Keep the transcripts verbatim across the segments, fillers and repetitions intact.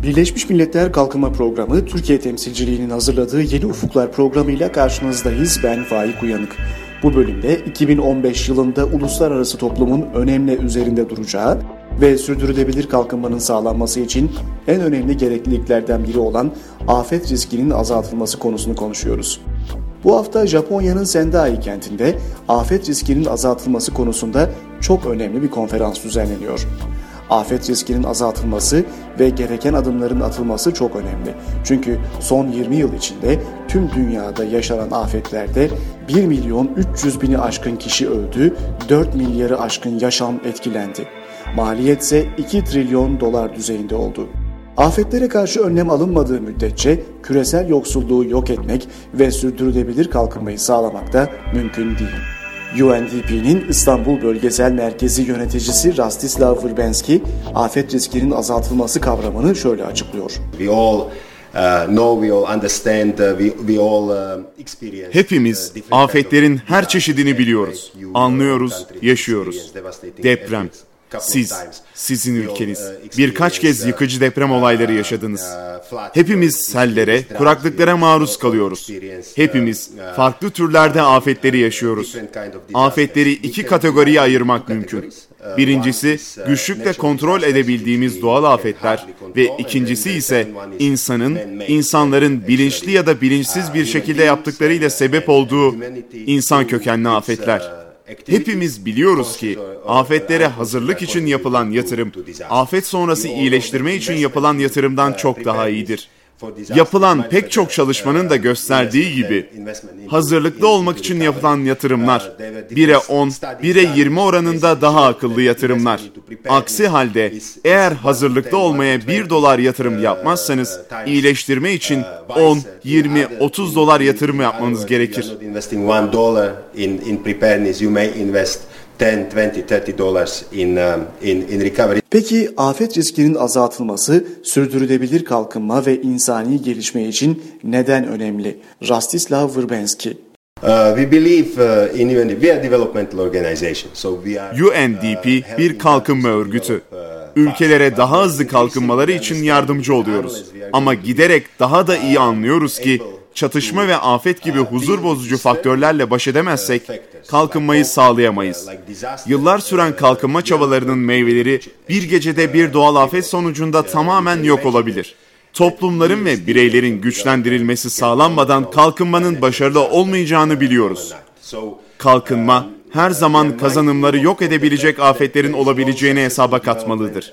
Birleşmiş Milletler Kalkınma Programı, Türkiye temsilciliğinin hazırladığı Yeni Ufuklar programıyla karşınızdayız. Ben Faik Uyanık. Bu bölümde iki bin on beş yılında uluslararası toplumun önemli üzerinde duracağı ve sürdürülebilir kalkınmanın sağlanması için en önemli gerekliliklerden biri olan afet riskinin azaltılması konusunu konuşuyoruz. Bu hafta Japonya'nın Sendai kentinde afet riskinin azaltılması konusunda çok önemli bir konferans düzenleniyor. Afet riskinin azaltılması ve gereken adımların atılması çok önemli. Çünkü son yirmi yıl içinde tüm dünyada yaşanan afetlerde bir milyon üç yüz bini aşkın kişi öldü, dört milyarı aşkın yaşam etkilendi. Maliyet ise iki trilyon dolar düzeyinde oldu. Afetlere karşı önlem alınmadığı müddetçe küresel yoksulluğu yok etmek ve sürdürülebilir kalkınmayı sağlamak da mümkün değil. U N D P'nin İstanbul Bölgesel Merkezi Yöneticisi Rastislav Vrbenski, afet riskinin azaltılması kavramını şöyle açıklıyor. We all uh, know, we all understand, uh, we, we all uh, experience. Hepimiz afetlerin her çeşidini biliyoruz, anlıyoruz, yaşıyoruz. Deprem. Siz, sizin ülkeniz birkaç kez yıkıcı deprem olayları yaşadınız. Hepimiz sellere, kuraklıklara maruz kalıyoruz. Hepimiz farklı türlerde afetleri yaşıyoruz. Afetleri iki kategoriye ayırmak mümkün. Birincisi, güçlükle kontrol edebildiğimiz doğal afetler ve ikincisi ise insanın, insanların bilinçli ya da bilinçsiz bir şekilde yaptıklarıyla sebep olduğu insan kökenli afetler. Hepimiz biliyoruz ki afetlere hazırlık için yapılan yatırım, afet sonrası iyileştirme için yapılan yatırımdan çok daha iyidir. Yapılan pek çok çalışmanın da gösterdiği gibi hazırlıklı olmak için yapılan yatırımlar bire on, bire yirmi oranında daha akıllı yatırımlar. Aksi halde eğer hazırlıklı olmaya bir dolar yatırım yapmazsanız iyileştirme için on, yirmi, otuz dolar yatırım yapmanız gerekir. ten, twenty, thirty dollars in, um, in, in recovery. Peki afet riskinin azaltılması, sürdürülebilir kalkınma ve insani gelişme için neden önemli? Rastislav Vrbenski. Uh, we believe uh, in U N D P. We are a developmental organization. So we are, U N D P bir kalkınma örgütü. Ülkelere daha hızlı kalkınmaları için yardımcı oluyoruz. Ama giderek daha da iyi anlıyoruz ki çatışma ve afet gibi huzur bozucu faktörlerle baş edemezsek kalkınmayı sağlayamayız. Yıllar süren kalkınma çabalarının meyveleri bir gecede bir doğal afet sonucunda tamamen yok olabilir. Toplumların ve bireylerin güçlendirilmesi sağlanmadan kalkınmanın başarılı olmayacağını biliyoruz. Kalkınma her zaman kazanımları yok edebilecek afetlerin olabileceğini hesaba katmalıdır.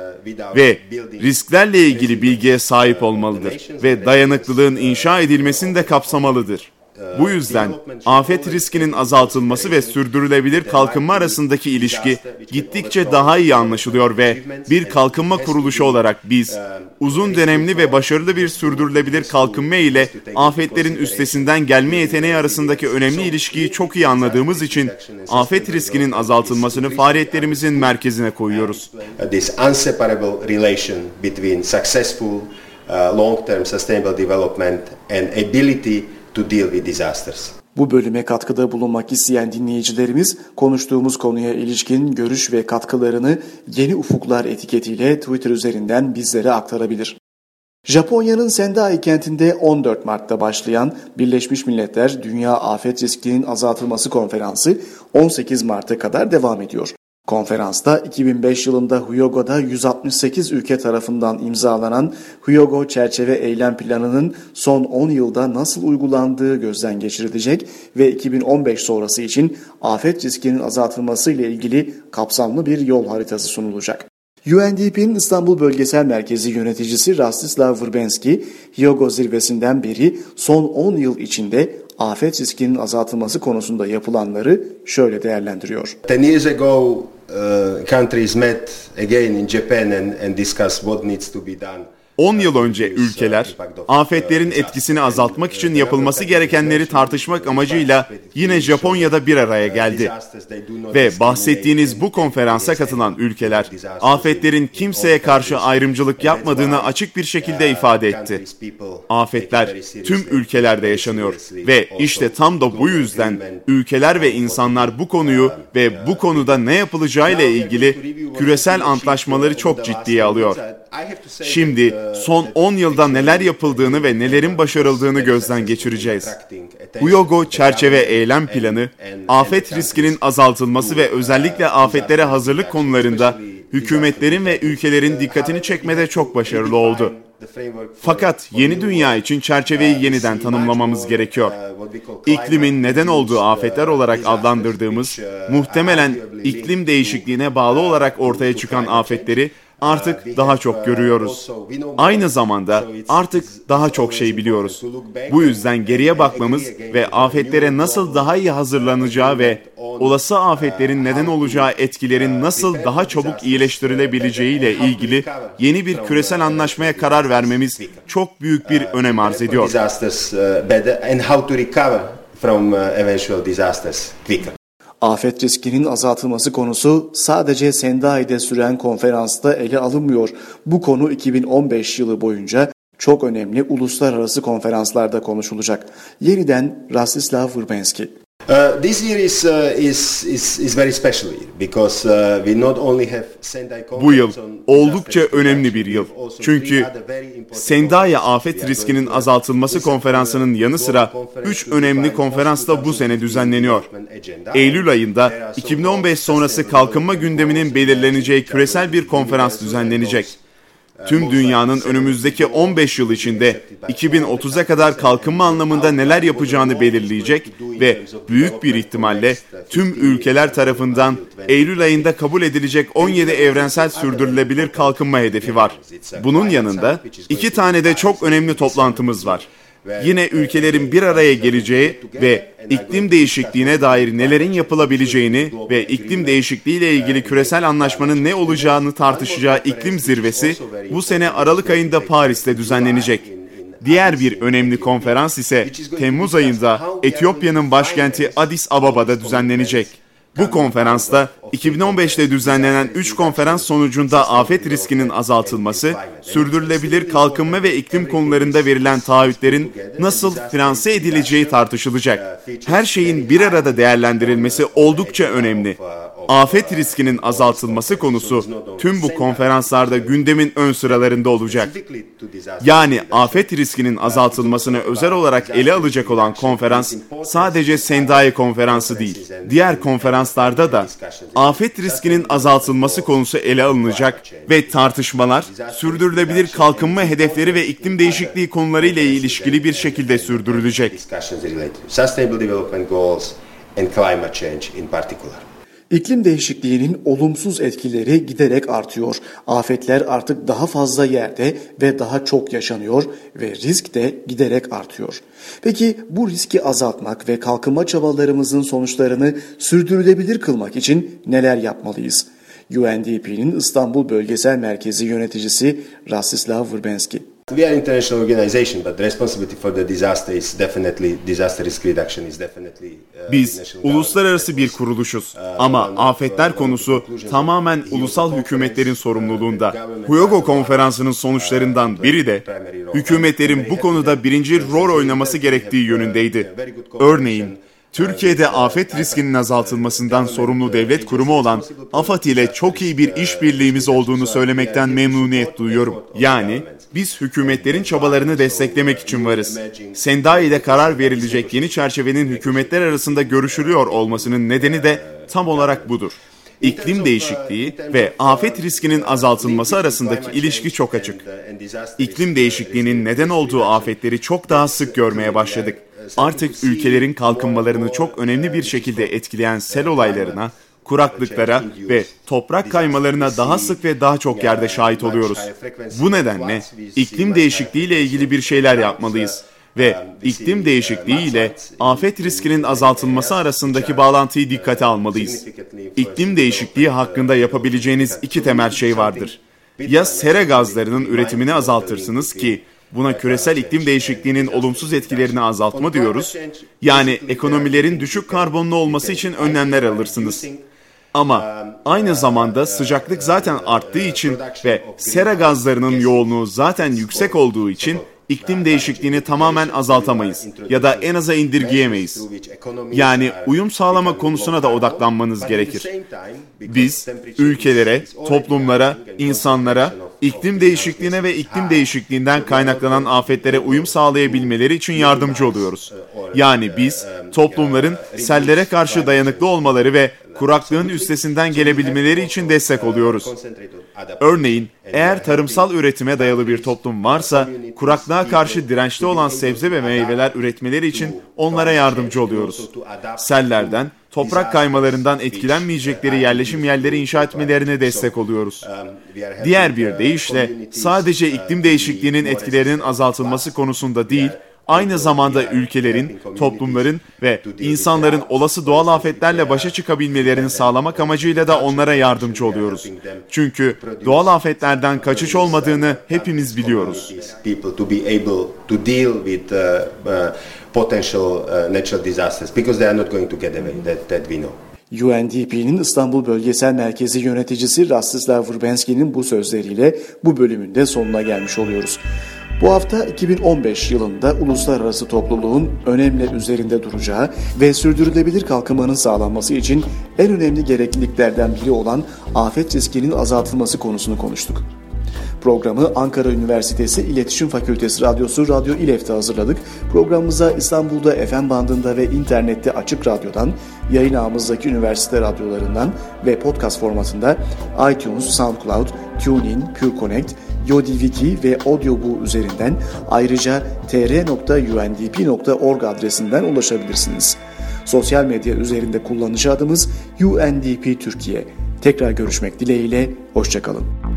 Ve risklerle ilgili bilgiye sahip olmalıdır ve dayanıklılığın inşa edilmesini de kapsamalıdır. Bu yüzden afet riskinin azaltılması ve sürdürülebilir kalkınma arasındaki ilişki gittikçe daha iyi anlaşılıyor ve bir kalkınma kuruluşu olarak biz uzun dönemli ve başarılı bir sürdürülebilir kalkınma ile afetlerin üstesinden gelme yeteneği arasındaki önemli ilişkiyi çok iyi anladığımız için afet riskinin azaltılmasını faaliyetlerimizin merkezine koyuyoruz. This inseparable relation between successful long-term sustainable development and ability to deal with disasters. Bu bölüme katkıda bulunmak isteyen dinleyicilerimiz konuştuğumuz konuya ilişkin görüş ve katkılarını Yeni Ufuklar etiketiyle Twitter üzerinden bizlere aktarabilir. Japonya'nın Sendai kentinde on dört Mart'ta başlayan Birleşmiş Milletler Dünya Afet Riskinin Azaltılması Konferansı on sekiz Mart'a kadar devam ediyor. Konferansta iki bin beş yılında Hyogo'da yüz altmış sekiz ülke tarafından imzalanan Hyogo Çerçeve Eylem Planı'nın son on yılda nasıl uygulandığı gözden geçirilecek ve iki bin on beş sonrası için afet riskinin azaltılması ile ilgili kapsamlı bir yol haritası sunulacak. U N D P'nin İstanbul Bölgesel Merkezi Yöneticisi Rastislav Vrbenski, Hyogo zirvesinden beri son on yıl içinde afet riskinin azaltılması konusunda yapılanları şöyle değerlendiriyor. ten years ago, uh, countries met again in Japan and, and discussed what needs to be done. on yıl önce ülkeler, afetlerin etkisini azaltmak için yapılması gerekenleri tartışmak amacıyla yine Japonya'da bir araya geldi. Ve bahsettiğiniz bu konferansa katılan ülkeler, afetlerin kimseye karşı ayrımcılık yapmadığını açık bir şekilde ifade etti. Afetler tüm ülkelerde yaşanıyor ve işte tam da bu yüzden ülkeler ve insanlar bu konuyu ve bu konuda ne yapılacağıyla ilgili küresel antlaşmaları çok ciddiye alıyor. Şimdi son on yılda neler yapıldığını ve nelerin başarıldığını gözden geçireceğiz. Huyogo Çerçeve Eylem Planı, afet riskinin azaltılması ve özellikle afetlere hazırlık konularında hükümetlerin ve ülkelerin dikkatini çekmede çok başarılı oldu. Fakat yeni dünya için çerçeveyi yeniden tanımlamamız gerekiyor. İklimin neden olduğu afetler olarak adlandırdığımız, muhtemelen iklim değişikliğine bağlı olarak ortaya çıkan afetleri artık daha çok görüyoruz. Aynı zamanda artık daha çok şey biliyoruz. Bu yüzden geriye bakmamız ve afetlere nasıl daha iyi hazırlanacağı ve olası afetlerin neden olacağı etkilerin nasıl daha çabuk iyileştirilebileceğiyle ilgili yeni bir küresel anlaşmaya karar vermemiz çok büyük bir önem arz ediyor. Afet riskinin azaltılması konusu sadece Sendai'de süren konferansta ele alınmıyor. Bu konu iki bin on beş yılı boyunca çok önemli uluslararası konferanslarda konuşulacak. Yeniden Rastislav Vrbenski. Uh, this year is uh, is is is very special because uh, we not only have Sendai Bu yıl oldukça önemli bir yıl. Çünkü Sendai Afet Riskinin Azaltılması Konferansı'nın yanı sıra üç önemli konferans da bu sene düzenleniyor. Eylül ayında iki bin on beş sonrası kalkınma gündeminin belirleneceği küresel bir konferans düzenlenecek. Tüm dünyanın önümüzdeki on beş yıl içinde iki bin otuza kadar kalkınma anlamında neler yapacağını belirleyecek ve büyük bir ihtimalle tüm ülkeler tarafından Eylül ayında kabul edilecek on yedi evrensel sürdürülebilir kalkınma hedefi var. Bunun yanında iki tane de çok önemli toplantımız var. Yine ülkelerin bir araya geleceği ve iklim değişikliğine dair nelerin yapılabileceğini ve iklim değişikliğiyle ilgili küresel anlaşmanın ne olacağını tartışacağı iklim zirvesi bu sene Aralık ayında Paris'te düzenlenecek. Diğer bir önemli konferans ise Temmuz ayında Etiyopya'nın başkenti Addis Ababa'da düzenlenecek. Bu konferansta iki bin on beşte düzenlenen üç konferans sonucunda afet riskinin azaltılması, sürdürülebilir kalkınma ve iklim konularında verilen taahhütlerin nasıl finanse edileceği tartışılacak. Her şeyin bir arada değerlendirilmesi oldukça önemli. Afet riskinin azaltılması konusu tüm bu konferanslarda gündemin ön sıralarında olacak. Yani afet riskinin azaltılmasını özel olarak ele alacak olan konferans sadece Sendai konferansı değil. Diğer konferanslarda da afet riskinin azaltılması konusu ele alınacak ve tartışmalar sürdürülebilir kalkınma hedefleri ve iklim değişikliği konularıyla ilişkili bir şekilde sürdürülecek. İklim değişikliğinin olumsuz etkileri giderek artıyor. Afetler artık daha fazla yerde ve daha çok yaşanıyor ve risk de giderek artıyor. Peki bu riski azaltmak ve kalkınma çabalarımızın sonuçlarını sürdürülebilir kılmak için neler yapmalıyız? U N D P'nin İstanbul Bölgesel Merkezi Yöneticisi Rastislav Vrbenski. We are an international organization, but the responsibility for the disaster is definitely disaster risk reduction is definitely. Uh, Biz uluslararası bir kuruluşuz ama afetler konusu tamamen ulusal hükümetlerin sorumluluğunda. Huyogo Konferansı'nın sonuçlarından biri de hükümetlerin bu konuda birinci rol oynaması gerektiği yönündeydi. Örneğin Türkiye'de afet riskinin azaltılmasından sorumlu devlet kurumu olan AFAD ile çok iyi bir işbirliğimiz olduğunu söylemekten memnuniyet duyuyorum. Yani biz hükümetlerin çabalarını desteklemek için varız. Sendai'de karar verilecek yeni çerçevenin hükümetler arasında görüşülüyor olmasının nedeni de tam olarak budur. İklim değişikliği ve afet riskinin azaltılması arasındaki ilişki çok açık. İklim değişikliğinin neden olduğu afetleri çok daha sık görmeye başladık. Artık ülkelerin kalkınmalarını çok önemli bir şekilde etkileyen sel olaylarına, kuraklıklara ve toprak kaymalarına daha sık ve daha çok yerde şahit oluyoruz. Bu nedenle iklim değişikliği ile ilgili bir şeyler yapmalıyız ve iklim değişikliği ile afet riskinin azaltılması arasındaki bağlantıyı dikkate almalıyız. İklim değişikliği hakkında yapabileceğiniz iki temel şey vardır. Ya sera gazlarının üretimini azaltırsınız ki buna küresel iklim değişikliğinin olumsuz etkilerini azaltma diyoruz. Yani ekonomilerin düşük karbonlu olması için önlemler alırsınız. Ama aynı zamanda sıcaklık zaten arttığı için ve sera gazlarının yoğunluğu zaten yüksek olduğu için iklim değişikliğini tamamen azaltamayız ya da en aza indirgeyemeyiz. Yani uyum sağlama konusuna da odaklanmanız gerekir. Biz ülkelere, toplumlara, insanlara iklim değişikliğine ve iklim değişikliğinden kaynaklanan afetlere uyum sağlayabilmeleri için yardımcı oluyoruz. Yani biz toplumların sellere karşı dayanıklı olmaları ve kuraklığın üstesinden gelebilmeleri için destek oluyoruz. Örneğin, eğer tarımsal üretime dayalı bir toplum varsa, kuraklığa karşı dirençli olan sebze ve meyveler üretmeleri için onlara yardımcı oluyoruz. Sellerden, toprak kaymalarından etkilenmeyecekleri yerleşim yerleri inşa etmelerine destek oluyoruz. Diğer bir deyişle, sadece iklim değişikliğinin etkilerinin azaltılması konusunda değil, aynı zamanda ülkelerin, toplumların ve insanların olası doğal afetlerle başa çıkabilmelerini sağlamak amacıyla da onlara yardımcı oluyoruz. Çünkü doğal afetlerden kaçış olmadığını hepimiz biliyoruz. U N D P'nin İstanbul Bölgesel Merkezi Yöneticisi Rastislav Vrbenski'nin bu sözleriyle bu bölümün de sonuna gelmiş oluyoruz. Bu hafta iki bin on beş yılında uluslararası topluluğun önemli üzerinde duracağı ve sürdürülebilir kalkınmanın sağlanması için en önemli gerekliliklerden biri olan afet riskinin azaltılması konusunu konuştuk. Programı Ankara Üniversitesi İletişim Fakültesi Radyosu Radyo İLEF'te hazırladık. Programımıza İstanbul'da F M bandında ve internette Açık Radyo'dan, yayın ağımızdaki üniversite radyolarından ve podcast formatında iTunes, SoundCloud, TuneIn, PureConnect, YoDiviki ve AudioBoo üzerinden, ayrıca t r nokta u n d p nokta org adresinden ulaşabilirsiniz. Sosyal medya üzerinde kullanıcı adımız U N D P Türkiye. Tekrar görüşmek dileğiyle, hoşça kalın.